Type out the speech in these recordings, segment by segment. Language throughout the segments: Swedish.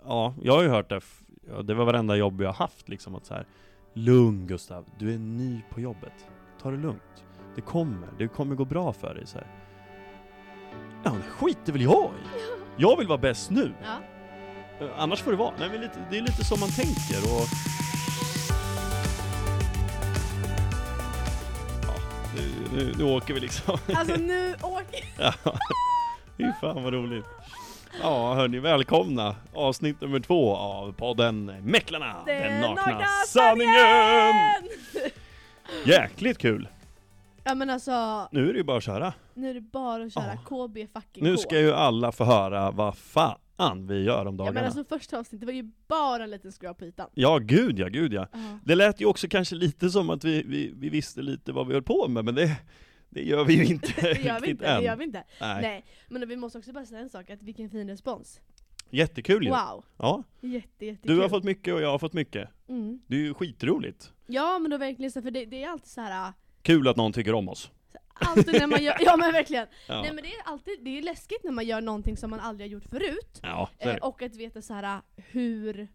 ja, jag har ju hört det. Det var varenda jobb jag har haft liksom, att så här, lugn Gustav, du är ny på jobbet. Ta det lugnt. Det kommer gå bra för dig så här. Ja, men skiter väl jag i. Jag vill vara bäst nu. Ja. Annars får det vara. Nej, men det är lite som man tänker. Och ja, nu åker vi liksom. Alltså nu åker Ja, fy fan vad roligt. Ja, hörni, välkomna. Avsnitt nummer 2 av podden Mäklarna. Den nakna sanningen. Jäkligt kul. Ja men alltså, Nu är det ju bara att köra. nu är det bara att köra KB fucking Nu K. ska ju alla få höra vad fan vi gör om Ja dagarna. men alltså första avsnittet var ju bara en liten skrap på ytan. Ja, gud ja. Ja. Det lät ju också kanske lite som att vi visste lite vad vi höll på med, men det gör vi ju inte. Det gör vi inte, än. det gör vi inte. Nej. Nej, men vi måste också bara säga en sak, att vilken fin respons. Jättekul ju. Wow, Ja. jättekul. Du har fått mycket och jag har fått mycket. Mm. Det är ju skitroligt. Ja men då verkligen så, för det är alltid så här. Kul att någon tycker om oss. Alltid när man gör, ja men verkligen. Ja. Nej men det är läskigt när man gör någonting som man aldrig har gjort förut. Ja, så är det. Och att veta så här hur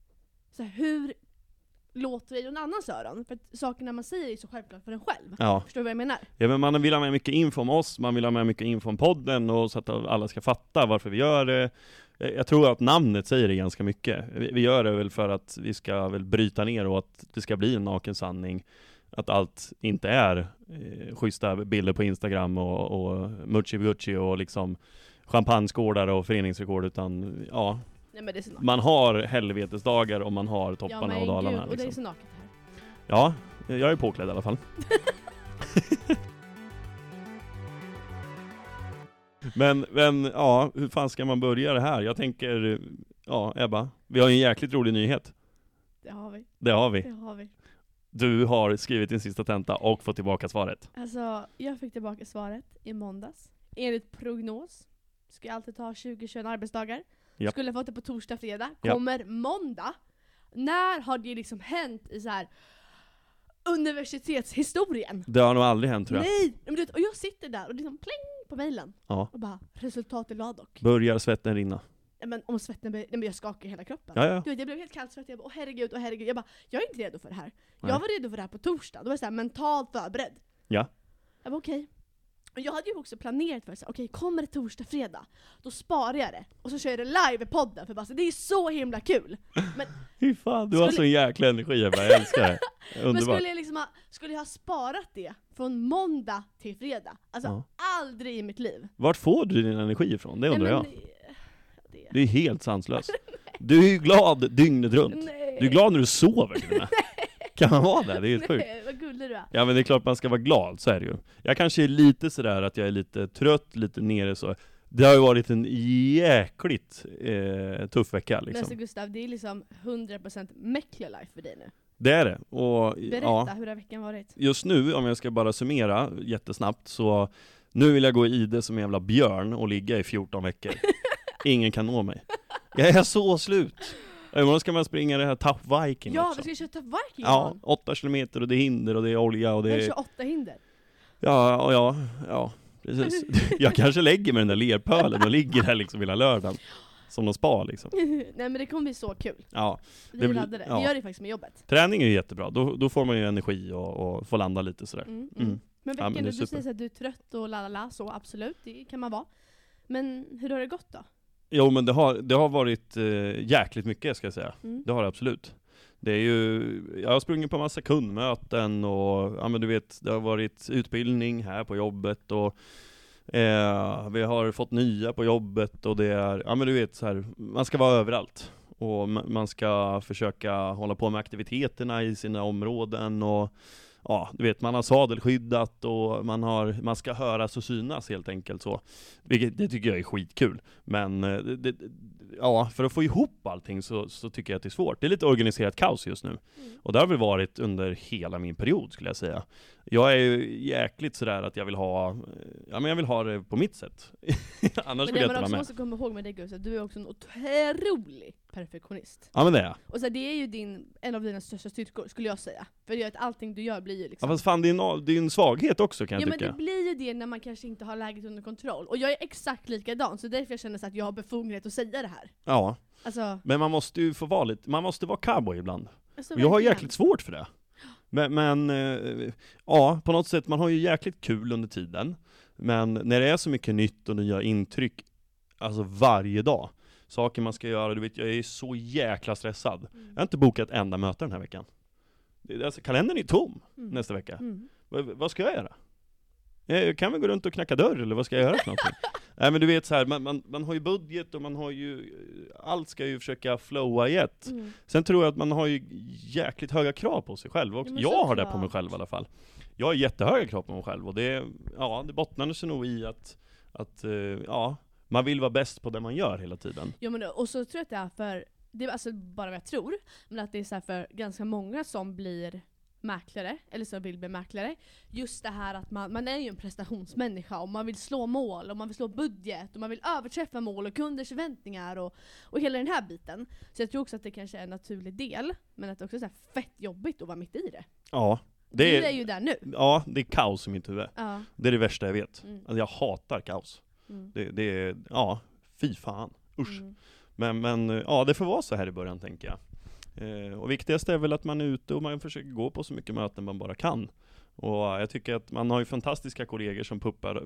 låter det i någon annans öron? För att sakerna man säger är så självklart för en själv. Ja. Förstår du vad jag menar? Ja, men man vill ha med mycket info om oss, man vill ha med mycket info om podden, och så att alla ska fatta varför vi gör det. Jag tror att namnet säger det ganska mycket. Vi gör det väl för att vi ska väl bryta ner och att det ska bli en naken sanning. Att allt inte är schyssta bilder på Instagram och Mucci och liksom champagneskårdar och föreningsrekord, utan ja, Nej men det är så naket. man har helvetesdagar och man har topparna Ja men och dalarna. gud, och det är Liksom. så naket här. Ja, jag är påklädd i alla fall. men ja, hur fan ska man börja det här? Jag tänker, ja Ebba, vi har en jäkligt rolig nyhet. Det har vi. Det har vi. Det har vi. Du har skrivit din sista tenta och fått tillbaka svaret. Alltså, jag fick tillbaka svaret i måndags. Enligt prognos ska jag alltid ta 20-21 arbetsdagar. Japp. Skulle jag fått det på torsdag, fredag. Japp. Kommer måndag. När har det liksom hänt i så här universitetshistorien? Det har nog aldrig hänt, tror jag. Nej! Men du vet, och jag sitter där och liksom pling på mejlen. Ja. Och bara, resultat i Ladok. Börjar svetten rinna. Ja, men om svetten nej, men jag skakar hela kroppen. Ja. Du vet, jag blev helt kallsvettig. Jag bara, åh herregud. Jag bara, jag är inte redo för det här. Nej. Jag var redo för det här på torsdag. Då var jag så här mentalt förberedd. Ja. Jag bara okej. Och jag hade ju också planerat för att okej, kommer det torsdag, fredag, då sparar jag det. Och så kör jag det live i podden, för bara, så det är så himla kul. Men, Fy fan, du har så en jäkla energi, Ebba. Jag älskar det. men Underbart. skulle jag ha sparat det från måndag till fredag? Alltså Ja. aldrig i mitt liv. Vart får du din energi ifrån? Det undrar jag. Det. Det är helt sanslöst. Du är ju glad dygnet runt. Nej. Du är glad när du sover till och med. Kan man vara det? Det är helt sjukt. Nej, vad gullig du är. Ja, men det är klart man ska vara glad, så är det ju. Jag kanske är lite sådär att jag är lite trött, lite nere så. Det har ju varit en jäkligt tuff vecka Men så liksom. Gustav, det är liksom 100% mäcklig life för dig nu. Det är det. Och Berätta, ja, hur har veckan varit? just nu, om jag ska bara summera jättesnabbt, så nu vill jag gå i det som en jävla björn och ligga i 14 veckor. Ingen kan nå mig. Jag är så slut. Imorgon ska man springa det här Tough Viking Ja, också. vi ska köra Viking. Ja, 8 kilometer och det är hinder och det är olja och det Det är är... 28 hinder. Ja, precis. Jag kanske lägger med den där lerpölen och ligger här liksom hela lördagen. Som någon spa liksom. Nej men det kommer bli så kul. Ja, Vi Det blir- hade det. ja. Vi gör det faktiskt med jobbet. träning är ju jättebra. Då får man ju energi och får landa lite sådär. Mm. Mm. Men Ja, men veckan, det är du super. säger att du är trött och lalala, så absolut, det kan man vara. Men hur har det gått då? Jo, men det har varit jäkligt mycket, ska jag säga. Mm. Det har det absolut. Det är ju, jag har sprungit på massa kundmöten och ja, men du vet, det har varit utbildning här på jobbet och vi har fått nya på jobbet och det är, ja men du vet så här, man ska vara överallt och man ska försöka hålla på med aktiviteterna i sina områden och ja, du vet, man har sadelskyddat och man ska höras och synas helt enkelt så. Vilket, det tycker jag är skitkul. Men ja, för att få ihop allting så tycker jag att det är svårt. Det är lite organiserat kaos just nu. Mm. Och det har väl varit under hela min period, skulle jag säga. Jag är ju jäkligt sådär att jag vill ha det på mitt sätt. Annars Men vill det jag man inte vara också med. måste komma ihåg med dig Gustav, du är också en otrolig perfektionist. Ja, men det är jag. Och så det är ju en av dina största styrkor, skulle jag säga. För det gör att allting du gör blir ju Ja, liksom... fast fan, det är en svaghet också, kan jag Ja men tycka. det blir ju det när man kanske inte har läget under kontroll. Och jag är exakt likadan, så därför jag känner så att jag har befogenhet att säga det här. Ja. Alltså, Men man måste ju få vara lite, man måste vara cowboy ibland. alltså Och jag har verkligen. jäkligt svårt för det. Men ja, på något sätt, man har ju jäkligt kul under tiden. Men när det är så mycket nytt och nya intryck, alltså varje dag, saker man ska göra, du vet, jag är så jäkla stressad. Jag har inte bokat ett enda möte den här veckan. Alltså, kalendern är tom nästa vecka. Mm. Vad ska jag göra? Kan vi gå runt och knacka dörr, eller vad ska jag göra för någonting? Nej, men du vet så här, man har ju budget och man har ju, allt ska ju försöka flowa i ett. Sen tror jag att man har ju jäkligt höga krav på sig själv också. Ja, men Jag har det såklart. på mig själv i alla fall. Jag har jättehöga krav på mig själv, och det bottnar sig nog i att man vill vara bäst på det man gör hela tiden. Jo, men och så tror jag att det är för, det är alltså bara vad jag tror, men att det är så här för ganska många som blir mäklare, eller som vill bli mäklare, just det här att man är ju en prestationsmänniska och man vill slå mål och man vill slå budget och man vill överträffa mål och kunders förväntningar och hela den här biten. Så jag tror också att det kanske är en naturlig del, men att det också är så här fett jobbigt att vara mitt i det. Ja, Du är ju där nu. Ja, det är kaos i mitt huvud. Ja. Det är det värsta jag vet. Mm. Alltså, jag hatar kaos. Mm. Det är, ja, fy fan. Usch. Mm. Men ja, det får vara så här i början, tänker jag. Och viktigast är väl att man är ute och man försöker gå på så mycket möten man bara kan. Och jag tycker att man har ju fantastiska kollegor som puppar.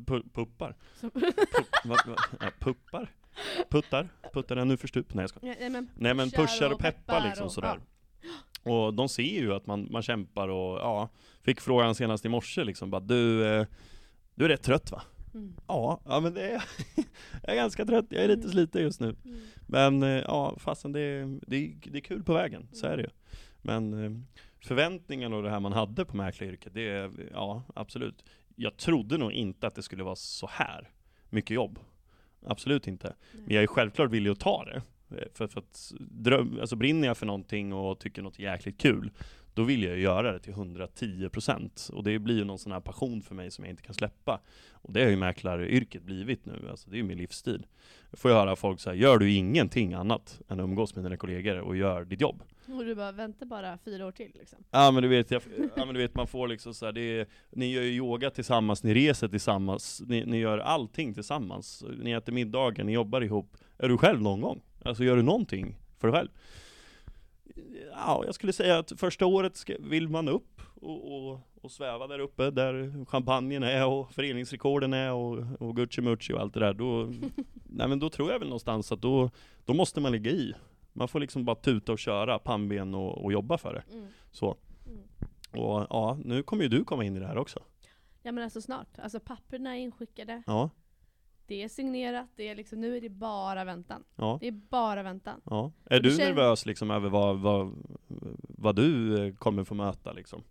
Puttar är nu för stup. Nej, jag ska. Nej, men pushar och peppar liksom och sådär. Och de ser ju att man kämpar och fick frågan senast i morse liksom, bara, du är rätt trött, va? Mm. Ja, men det är jag är ganska trött, jag är lite sliten just nu. Men fastän det är kul på vägen, så är det ju. Men förväntningarna och det här man hade på mäklaryrket, det är, absolut. Jag trodde nog inte att det skulle vara så här mycket jobb. Absolut inte. Men jag är självklart villig att ta det. För att alltså brinner jag för någonting och tycker något jäkligt kul, då vill jag göra det till 110%. Och det blir ju någon sån här passion för mig som jag inte kan släppa. Och det har ju mäklaryrket blivit nu. Alltså det är ju min livsstil. Får jag höra folk säga, gör du ingenting annat än att umgås med dina kollegor och gör ditt jobb? Och du bara, vänta bara 4 år till liksom. Ja, men du vet, man får liksom så här, ni gör ju yoga tillsammans, ni reser tillsammans, ni gör allting tillsammans. Ni äter middagar, ni jobbar ihop. Är du själv någon gång? Alltså gör du någonting för dig själv? Ja, jag skulle säga att första året vill man upp och sväva där uppe, där champagnen är och föreningsrekorden är och Gucci-Mucci och allt det där. Då tror jag väl någonstans att då måste man ligga i. Man får liksom bara tuta och köra pannben och jobba för det. Så. Och nu kommer ju du komma in i det här också. Ja, men alltså snart. Alltså papperna är inskickade. Ja. Det är signerat. Det är liksom, nu är det bara väntan. Ja. Det är bara väntan. Ja. Är du nervös liksom över vad du kommer få möta liksom?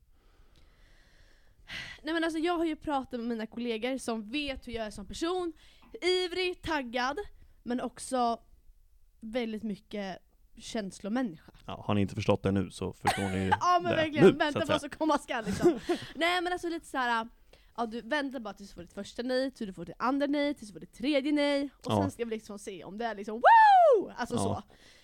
Nej, men alltså jag har ju pratat med mina kollegor som vet hur jag är som person. Ivrig, taggad, men också väldigt mycket känslomänniska. Ja, har ni inte förstått det nu så förstår ni ja, men det verkligen. nu, vänta på vad som komma skall liksom. Nej, men alltså lite så här. Ja, du väntar bara tills du får ditt första nej, tills du får ditt andra nej, tills du får ditt tredje nej. Och sen ska vi liksom se om det är liksom wow! Alltså så.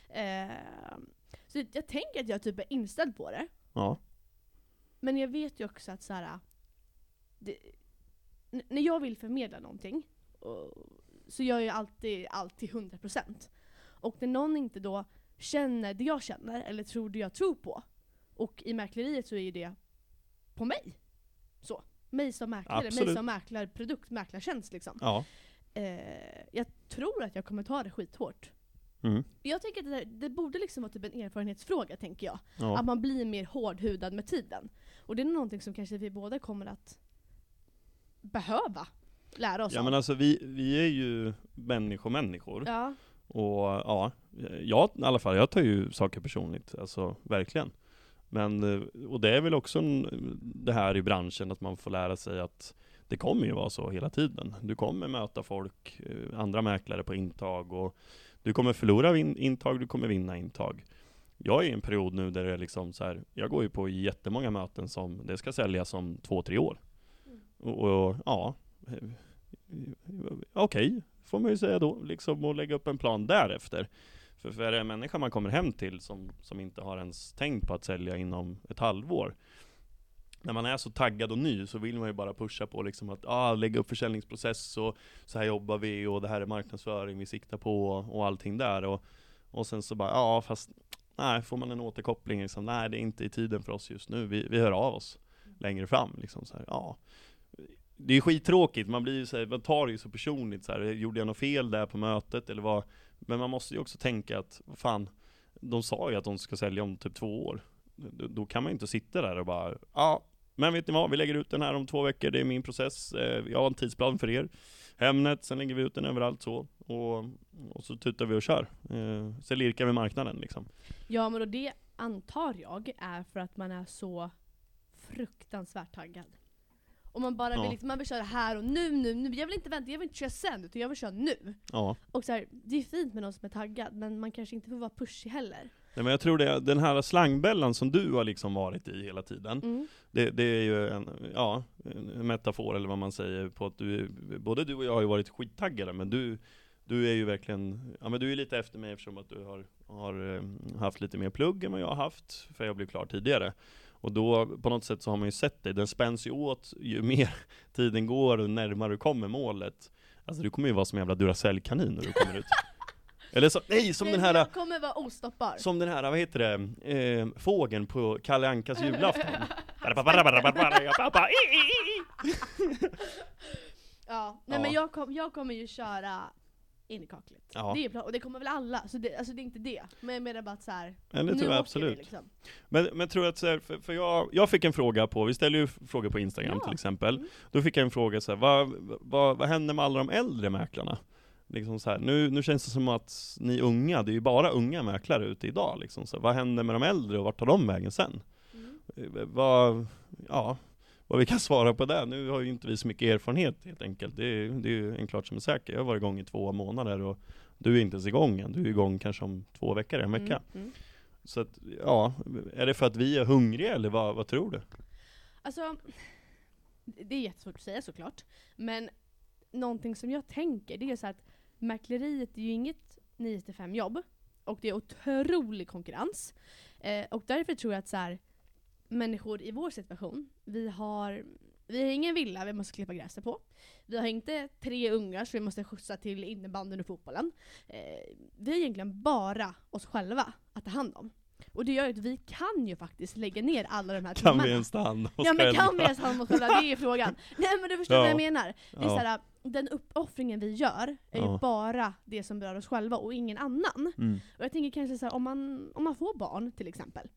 Så jag tänker att jag typ är inställd på det. Ja. Men jag vet ju också att så här, när jag vill förmedla någonting så gör jag alltid 100%. Och när någon inte då känner det jag känner eller tror det jag tror på, och i mäkleriet så är det på mig. Så. Mig som mäklare, Absolut. mig som mäklarprodukt, mäklartjänst liksom. Ja. Jag tror att jag kommer ta det skithårt. Jag tänker att det borde liksom vara typ en erfarenhetsfråga, tänker jag. Ja. Att man blir mer hårdhudad med tiden. Och det är någonting som kanske vi båda kommer att behöva lära oss Ja, om. men alltså vi är ju människor. Ja. Och jag i alla fall, jag tar ju saker personligt, alltså verkligen. Men, och det är väl också det här i branschen, att man får lära sig att det kommer ju vara så hela tiden. Du kommer möta folk, andra mäklare på intag, och du kommer förlora intag, du kommer vinna intag. Jag är i en period nu där det är liksom så här, jag går ju på jättemånga möten som det ska säljas om 2-3 år. Okej, får man ju säga då, liksom, och lägga upp en plan därefter. För är det en människa man kommer hem till som inte har ens tänkt på att sälja inom ett halvår, när man är så taggad och ny, så vill man ju bara pusha på liksom att lägga upp försäljningsprocess, och så här jobbar vi, och det här är marknadsföring vi siktar på, och allting där. Och sen så bara, ja fast nej, får man en återkoppling liksom, nej det är inte i tiden för oss just nu, vi hör av oss längre fram liksom så här, ja. Det är skittråkigt, man blir ju så här, man tar det ju så personligt så här, gjorde jag något fel där på mötet eller vad? Men man måste ju också tänka att, fan, de sa ju att de ska sälja om typ 2 år. Då kan man ju inte sitta där och bara, ja, men vet ni vad, vi lägger ut den här om 2 veckor, det är min process, jag har en tidsplan för er. Hemnet, sen lägger vi ut den överallt så. Och så tutar vi och kör. Sen lirkar vi marknaden liksom. Ja, men då det antar jag är för att man är så fruktansvärt taggad. Och man bara vill, liksom, man vill köra här och nu. Jag vill inte vänta, jag vill inte köra sen, utan jag vill köra nu. Ja. Och så här, det är fint med någon som är taggad, men man kanske inte får vara pushig heller. Nej, men jag tror det, den här slangbällan som du har liksom varit i hela tiden, det är ju en metafor eller vad man säger på att både du och jag har ju varit skittaggade, men du är ju verkligen, ja men du är lite efter mig eftersom att du har haft lite mer plugg än vad jag har haft, för jag blev klar tidigare. Och då på något sätt så har man ju sett det, den spänns ju åt ju mer tiden går och närmare du kommer målet. Alltså du kommer ju vara som en jävla Duracell-kanin när du kommer ut. Eller så, nej, som den här... Jag kommer vara ostoppbar. Som den här, vad heter det? Fågeln på Kalle Ankas julafton. Ja, nej men jag kommer ju köra in i kaklet. Ja. Det är bra, och det kommer väl alla, så det, alltså det är inte det. Men jag menar bara att så här, men det tror jag absolut. Det, liksom. Men tror att så här, för jag fick en fråga på, vi ställer ju frågor på Instagram till exempel. Då fick jag en fråga så här, vad händer med alla de äldre mäklarna? Liksom så här, nu känns det som att ni unga, det är ju bara unga mäklare ute idag liksom, så vad händer med de äldre och vart tar de vägen sen? Vad vi kan svara på det. Nu har ju inte vi så mycket erfarenhet helt enkelt. Det är ju en klart som är säker. Jag har varit igång i 2 månader och du är inte ens igång än. Du är igång kanske om 2 veckor, en vecka. Så att, ja, är det för att vi är hungriga eller vad tror du? Alltså, det är jättesvårt att säga såklart. Men någonting som jag tänker, det är så att mäkleriet är ju inget 9-5 jobb. Och det är otrolig konkurrens. Och därför tror jag att så här, människor i vår situation, vi har ingen villa vi måste klippa gräset på. Vi har inte 3 ungar så vi måste skjutsa till innebandyn och fotbollen. Vi har egentligen bara oss själva att ta hand om. Och det gör att vi kan ju faktiskt lägga ner alla de här timmarna. Kan vi ens ta hand om oss själva? Ja, men kan vi ens ta hand om oss själva? Det är frågan. Nej, men du förstår vad jag menar. Det är så här, den uppoffringen vi gör är ju bara det som berör oss själva och ingen annan. Och jag tänker kanske så här, om man får barn till exempel.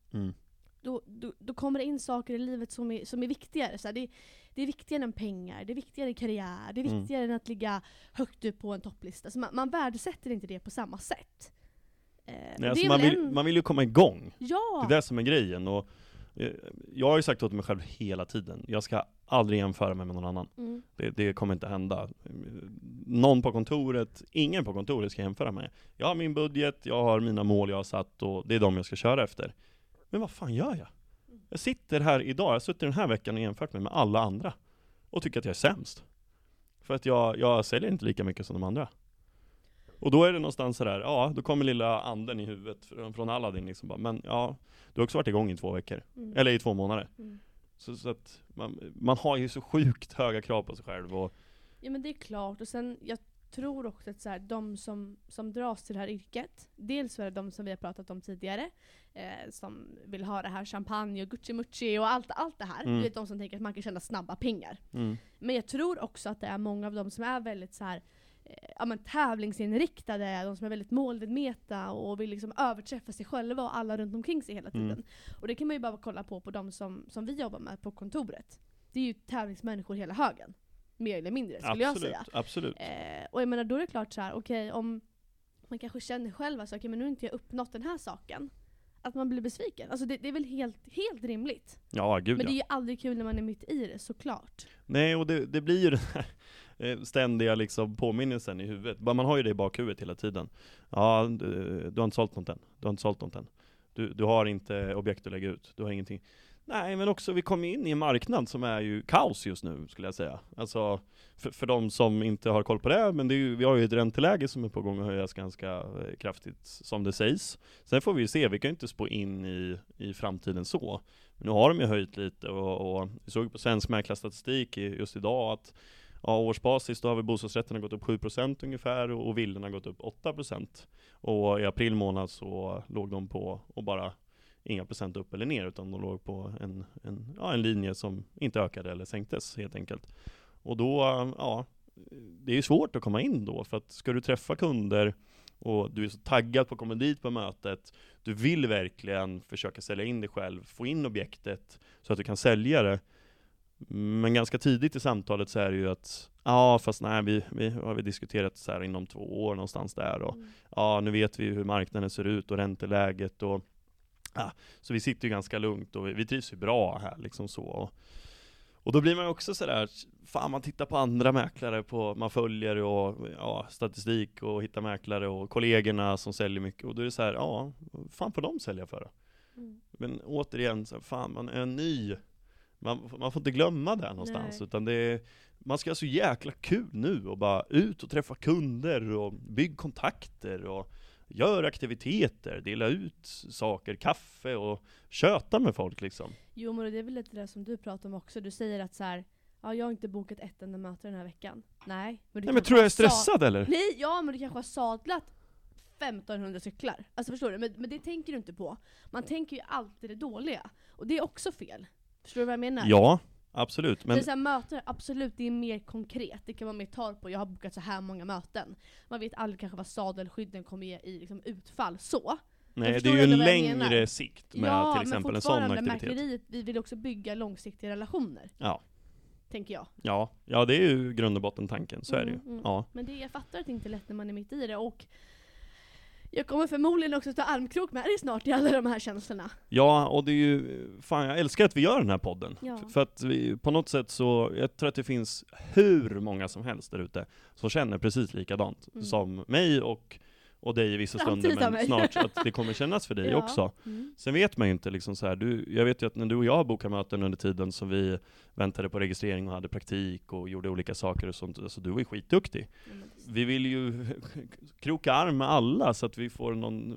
Då kommer det in saker i livet som är viktigare. Så här, det är viktigare än pengar, det är viktigare än karriär, det är viktigare än att ligga högt upp på en topplista. Så man värdesätter inte det på samma sätt. Nej, alltså man vill ju komma igång. Ja. Det är det som är grejen. Och jag har ju sagt åt mig själv hela tiden, jag ska aldrig jämföra mig med någon annan. Det kommer inte hända. Någon på kontoret, ingen på kontoret ska jämföra mig. Jag har min budget, jag har mina mål jag har satt och det är de jag ska köra efter. Men vad fan gör jag? Jag sitter här idag, jag har suttit den här veckan och jämfört mig med alla andra. Och tycker att jag är sämst. För att jag säljer inte lika mycket som de andra. Och då är det någonstans så där, ja, då kommer lilla anden i huvudet från Aladdin liksom bara, men ja, du har också varit igång i 2 veckor. Eller i 2 månader. Så att man har ju så sjukt höga krav på sig själv. Och ja, men det är klart. Och sen, jag tror också att så här, de som dras till det här yrket, dels är det de som vi har pratat om tidigare, som vill ha det här champagne och Gucci-mucci och allt det här. Det är de som tänker att man kan tjäna snabba pengar. Men jag tror också att det är många av dem som är väldigt så här, tävlingsinriktade, de som är väldigt målmedvetna och vill liksom överträffa sig själva och alla runt omkring sig hela tiden. Och det kan man ju bara kolla på de som vi jobbar med på kontoret. Det är ju tävlingsmänniskor hela högen. Mer eller mindre skulle jag säga. Absolut. Och jag menar, då är det klart så här, okej, om man kanske känner själv att men nu har inte jag uppnått den här saken. Att man blir besviken. Alltså det är väl helt rimligt. Ja, gud. Men det är ju aldrig kul när man är mitt i det, såklart. Nej, och det blir ju den här ständiga liksom påminnelsen i huvudet. Man har ju det i bakhuvudet hela tiden. Ja, du har inte sålt något än. Du har inte objekt att lägga ut. Du har ingenting. Nej, men också vi kommer in i en marknad som är ju kaos just nu, skulle jag säga. Alltså, för de som inte har koll på det, men vi har ju ett ränteläge som är på gång att höjas ganska kraftigt, som det sägs. Sen får vi ju se, vi kan ju inte spå in i framtiden så. Men nu har de ju höjt lite och vi såg på svensk mäklarstatistik just idag årsbasis då har vi bostadsrätterna gått upp 7% ungefär och villorna gått upp 8%. Och i april månad så låg de på och bara inga procent upp eller ner, utan de låg på en linje som inte ökade eller sänktes helt enkelt. Och då, det är ju svårt att komma in då, för att ska du träffa kunder och du är så taggad på att komma dit på mötet, du vill verkligen försöka sälja in dig själv, få in objektet så att du kan sälja det. Men ganska tidigt i samtalet så är det ju att vi har diskuterat så här inom 2 år någonstans där och nu vet vi hur marknaden ser ut och ränteläget och så vi sitter ju ganska lugnt och vi trivs ju bra här liksom så. Och då blir man ju också sådär, man tittar på andra mäklare, man följer och statistik och hittar mäklare och kollegorna som säljer mycket, och då är det så här, fan får de sälja för det? Men återigen, man är ny. Man får inte glömma det någonstans. Nej. Utan man ska ha så jäkla kul nu och bara ut och träffa kunder och bygga kontakter och gör aktiviteter, dela ut saker, kaffe och köta med folk liksom. Jo, men det är väl lite det som du pratar om också. Du säger att så här, jag har inte bokat ett enda möte den här veckan. Nej, men tror jag är stressad eller? Nej, men du kanske har sadlat 1500 cyklar. Alltså förstår du? Men det tänker du inte på. Man tänker ju alltid det dåliga. Och det är också fel. Förstår du vad jag menar? Ja, absolut. Men det är så här, möten, absolut, det är mer konkret. Det kan vara mer tar på. Jag har bokat så här många möten. Man vet aldrig kanske vad sadelskydden kommer ge i liksom, utfall. Så. Nej, det är ju en längre sikt med till exempel en sån aktivitet. Mäkleriet, vi vill också bygga långsiktiga relationer. Ja. Tänker jag. Ja, det är ju grund och botten tanken. Så är det ju. Ja. Men jag fattar att det inte är lätt när man är mitt i det. Och jag kommer förmodligen också ta armkrok med dig snart i alla de här känslorna. Ja, och det är ju, jag älskar att vi gör den här podden. Ja. För att vi, på något sätt så, jag tror att det finns hur många som helst där ute som känner precis likadant som mig och dig i vissa stunder, men snart att det kommer kännas för dig också. Sen vet man ju inte liksom så här, jag vet ju att när du och jag bokade möten under tiden som vi väntade på registrering och hade praktik och gjorde olika saker och sånt, alltså du var ju skitduktig. Vi vill ju kroka arm med alla så att vi får någon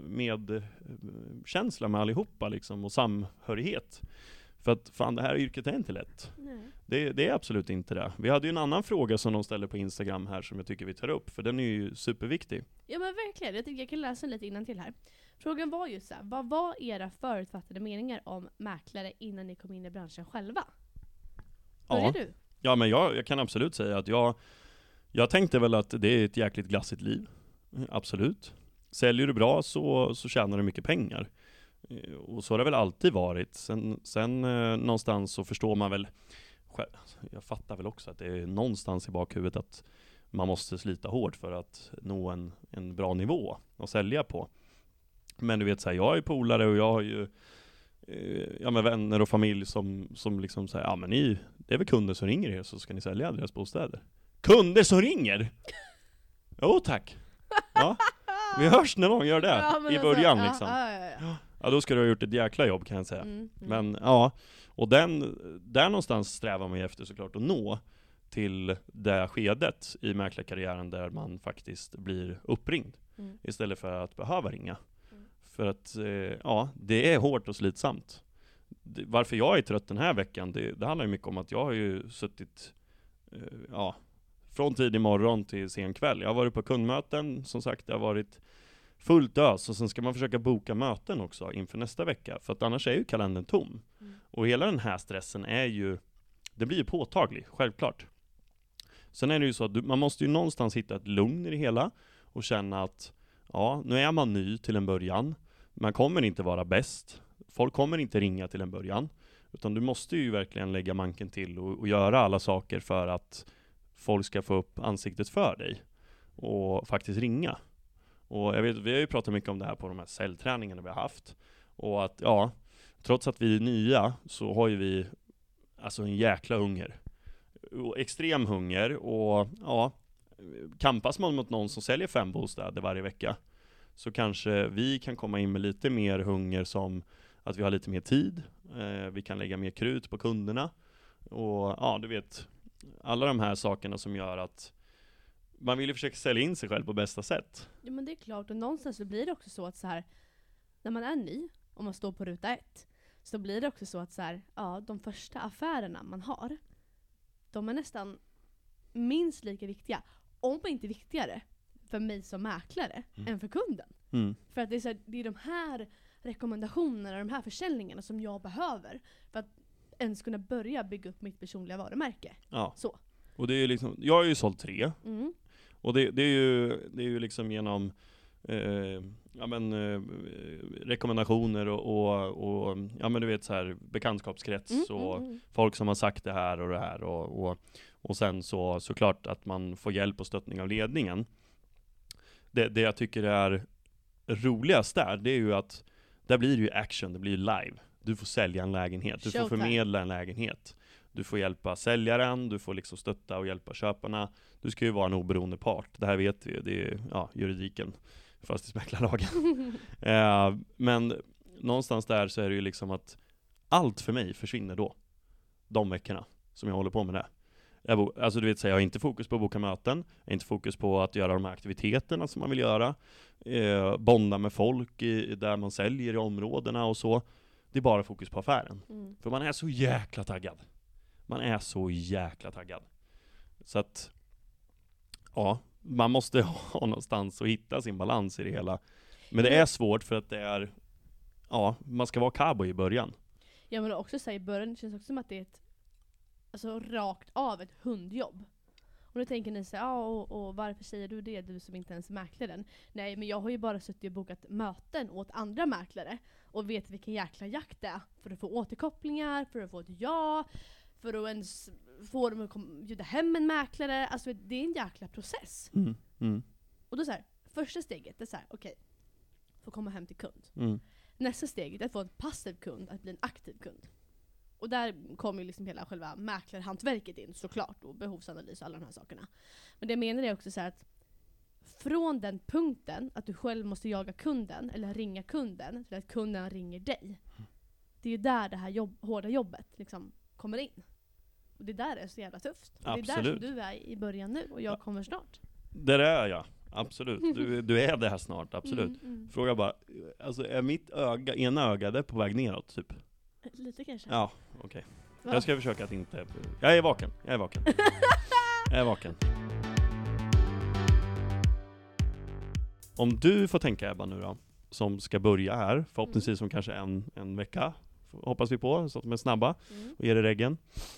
medkänsla med allihopa liksom, och samhörighet. För att det här yrket är inte lätt. Det är absolut inte det. Vi hade ju en annan fråga som de ställde på Instagram här som jag tycker vi tar upp, för den är ju superviktig. Ja men verkligen, jag tycker jag kan läsa lite innan till här. Frågan var ju så här, vad var era förutfattade meningar om mäklare innan ni kom in i branschen själva? Börjar du? Ja, men jag kan absolut säga att jag tänkte väl att det är ett jäkligt glassigt liv. Absolut. Säljer du bra så tjänar du mycket pengar. Och så har det väl alltid varit. Sen någonstans så förstår man väl, jag fattar väl också att det är någonstans i bakhuvudet att man måste slita hårt för att nå en bra nivå att sälja på. Men du vet så här, jag är polare och jag har ju med vänner och familj som liksom säger, men det är väl kunder som ringer er så ska ni sälja deras bostäder. Kunder som ringer? Jo tack. Ja, vi hörs när någon gör det i början liksom. Ja, då ska du ha gjort ett jäkla jobb kan jag säga. Men och där någonstans strävar man ju efter såklart att nå till det skedet i mäklarkarriären där man faktiskt blir uppringd istället för att behöva ringa. För att det är hårt och slitsamt. Varför jag är trött den här veckan, det handlar ju mycket om att jag har ju suttit från tidig morgon till sen kväll. Jag har varit på kundmöten, som sagt, det har varit fullt ös och sen ska man försöka boka möten också inför nästa vecka, för att annars är ju kalendern tom. Och hela den här stressen det blir ju påtaglig, självklart. Sen är det ju så att man måste ju någonstans hitta ett lugn i det hela och känna att nu är man ny till en början. Man kommer inte vara bäst. Folk kommer inte ringa till en början. Utan du måste ju verkligen lägga manken till och göra alla saker för att folk ska få upp ansiktet för dig. Och faktiskt ringa. Och jag vet, vi har ju pratat mycket om det här på de här säljträningarna vi har haft. Och att trots att vi är nya så har ju vi alltså en jäkla hunger. Extrem hunger och kampas man mot någon som säljer 5 bostäder varje vecka så kanske vi kan komma in med lite mer hunger, som att vi har lite mer tid, vi kan lägga mer krut på kunderna och du vet, alla de här sakerna som gör att man vill ju försöka sälja in sig själv på bästa sätt. Ja men det är klart, och någonstans så blir det också så att så här, när man är ny och man står på ruta 1 så blir det också så att så här, de första affärerna man har, de är nästan minst lika viktiga, om inte viktigare, för mig som mäklare än för kunden. För att det är, så här, det är de här rekommendationerna, de här försäljningarna som jag behöver för att ens kunna börja bygga upp mitt personliga varumärke. Ja. Så. Och det är liksom, jag har ju sålt 3. Och det är ju liksom genom rekommendationer och ja men du vet så här bekantskapskrets och folk som har sagt det här och sen såklart att man får hjälp och stöttning av ledningen. Det jag tycker är roligast där, det är ju att där blir det ju action, det blir ju live. Du får sälja en lägenhet, du får förmedla en lägenhet. Du får hjälpa säljaren, du får liksom stötta och hjälpa köparna. Du ska ju vara en oberoende part. Det här vet vi, det är juridiken, fastighetsmäklarlagen. Men någonstans där så är det ju liksom att allt för mig försvinner då. De veckorna som jag håller på med det. Alltså du vet, så jag har inte fokus på att boka möten. Jag har inte fokus på att göra de här aktiviteterna som man vill göra. Bonda med folk där man säljer i områdena och så. Det är bara fokus på affären. För man är så jäkla taggad. Så att ja, man måste ha någonstans att hitta sin balans i det hela. Men det är svårt för att det är man ska vara cowboy i början. Ja, men också säga i början, det känns också som att det är rakt av ett hundjobb. Och då tänker ni så här, och varför säger du det, du som inte ens är mäklaren? Nej, men jag har ju bara suttit och bokat möten åt andra mäklare och vet vilken jäkla jakt det är för att få återkopplingar, för att få ett ja, för att ens få dem att bjuda hem en mäklare. Alltså det är en jäkla process. Och då så här, första steget är så här, okej, få komma hem till kund. Nästa steg är att få en passiv kund att bli en aktiv kund. Och där kommer ju liksom hela själva mäklarhantverket in såklart, och behovsanalys och alla de här sakerna. Men det jag menar är också så här att från den punkten att du själv måste jaga kunden eller ringa kunden till att kunden ringer dig. Det är ju där det här hårda jobbet liksom kommer in. Och det där är så jävla tufft. Och det är där som du är i början nu och jag kommer snart. Där är jag, absolut. Du är det här snart, absolut. Fråga bara, alltså är mitt ena öga där på väg neråt typ? Lite kanske. Ja, okej. Jag ska försöka att inte... Jag är vaken. Jag är vaken. Om du får tänka, Ebba, nu då, som ska börja här, förhoppningsvis som kanske en vecka, hoppas vi på, så att de är snabba och ger dig reggen.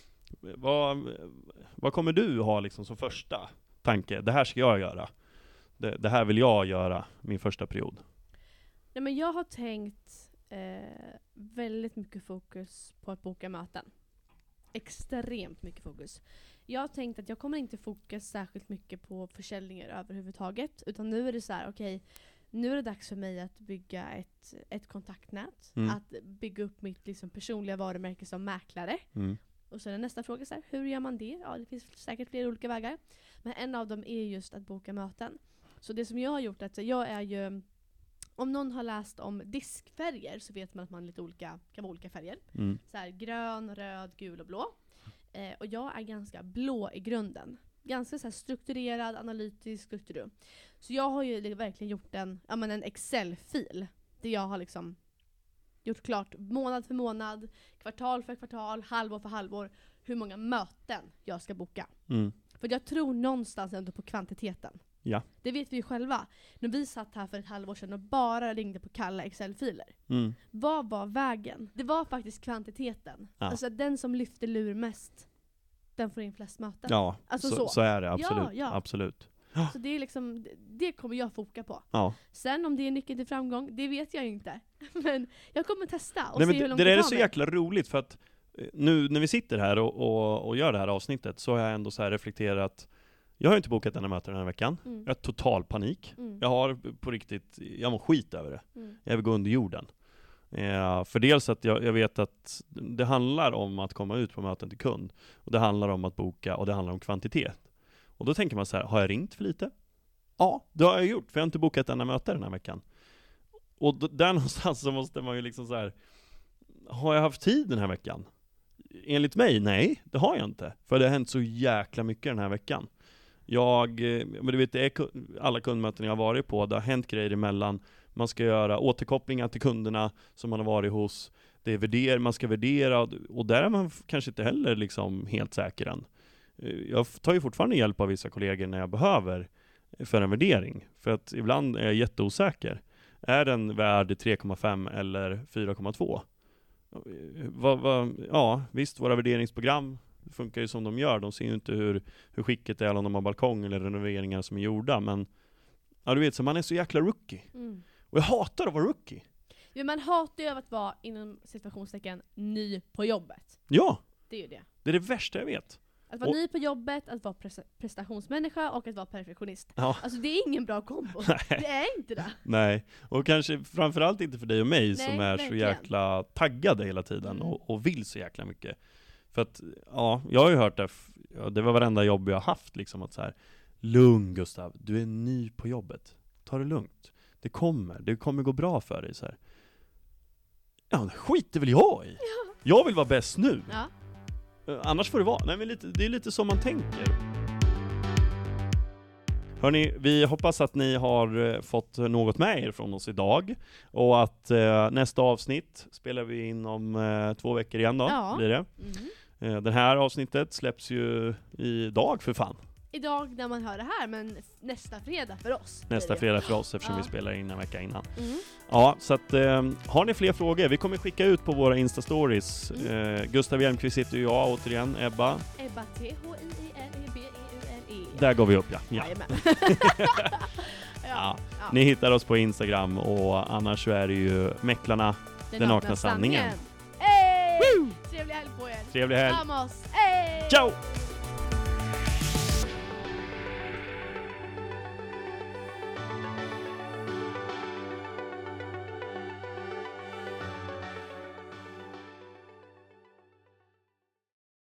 Vad kommer du ha liksom som första tanke? Det här ska jag göra. Det här vill jag göra min första period. Nej, men jag har tänkt väldigt mycket fokus på att boka möten. Extremt mycket fokus. Jag har tänkt att jag kommer inte fokus särskilt mycket på försäljningar överhuvudtaget. Utan nu är det så här, okej, nu är det dags för mig att bygga ett kontaktnät. Att bygga upp mitt liksom personliga varumärke som mäklare. Och så är nästa fråga så här, hur gör man det? Ja, det finns säkert flera olika vägar. Men en av dem är just att boka möten. Så det som jag har gjort, att jag är ju... Om någon har läst om diskfärger så vet man att man kan vara olika färger. Så här, grön, röd, gul och blå. Och jag är ganska blå i grunden. Ganska så här strukturerad, analytisk struktur. Så jag har ju verkligen gjort en Excel-fil. Där jag har liksom gjort klart månad för månad, kvartal för kvartal, halvår för halvår. Hur många möten jag ska boka. För jag tror någonstans ändå på kvantiteten. Ja. Det vet vi ju själva. När vi satt här för ett halvår sedan och bara ringde på kalla Excel-filer. Vad var vägen? Det var faktiskt kvantiteten. Ja. Alltså den som lyfter lur mest, den får in flest möten. Ja, alltså så är det absolut. Ja. Absolut. Så det är liksom, det kommer jag foka på. Ja. Sen om det är nyckeln till framgång, det vet jag inte. Men jag kommer testa och se hur långt det är så jäkla roligt för att nu när vi sitter här och gör det här avsnittet så har jag ändå så här reflekterat. Jag har inte bokat denna möte den här veckan. Jag har total panik. Jag har på riktigt, jag mår skit över det. Jag vill gå under jorden. För dels att jag vet att det handlar om att komma ut på möten till kund. Och det handlar om att boka och det handlar om kvantitet. Och då tänker man så här, har jag ringt för lite? Ja, det har jag gjort. För jag har inte bokat denna möte den här veckan. Och där någonstans så måste man ju liksom så här, har jag haft tid den här veckan? Enligt mig, nej, det har jag inte. För det har hänt så jäkla mycket den här veckan. Men du vet, det är alla kundmöten jag har varit på, det har hänt grejer emellan. Man ska göra återkopplingar till kunderna som man har varit hos. Det är man ska värdera och där är man kanske inte heller liksom helt säker än. jag tar ju fortfarande hjälp av vissa kollegor när jag behöver för en värdering. För att ibland är jag jätteosäker. Är den värd 3,5 eller 4,2? Ja, visst, våra värderingsprogram funkar ju som de gör. De ser ju inte hur skicket är, om de har balkong eller renoveringar som är gjorda. Men ja, du vet, så man är så jäkla rookie. Och jag hatar att vara rookie. Ja, man hatar ju att vara inom situationstecken ny på jobbet. Ja, det är ju det. Det är det värsta jag vet. Att vara ny på jobbet, att vara prestationsmänniska och att vara perfektionist. Ja. Alltså det är ingen bra kombo. Det är inte det. Nej, och kanske framförallt inte för dig och mig som är verkligen. så jäkla taggade hela tiden och vill så jäkla mycket. För att, ja, jag har ju hört det var varenda jobb jag har haft liksom, att så här: lugn Gustav, du är ny på jobbet. Ta det lugnt. Det kommer gå bra för dig så här. Ja, skiter väl jag i. Ja. Jag vill vara bäst nu. Ja. Annars får det vara. Nej, men det är lite som man tänker. Hörrni, vi hoppas att ni har fått något med er från oss idag. Och att nästa avsnitt spelar vi in om 2 veckor igen då. Ja. Blir det. Det här avsnittet släpps ju idag för fan. Idag när man hör det här, men nästa fredag för oss. Nästa fredag för oss, eftersom vi spelar in en vecka innan. Ja, så att har ni fler frågor, vi kommer skicka ut på våra Insta-stories. Gustav Hjelmqvist heter jag återigen, Ebba Thielebbeule. Där går vi upp, ja. Ja. Ni hittar oss på Instagram, och annars så är det ju Mäklarna, den nakna sanningen. Hey! Trevlig helg på er. Trevlig helg. Vamos. Hey! Ciao!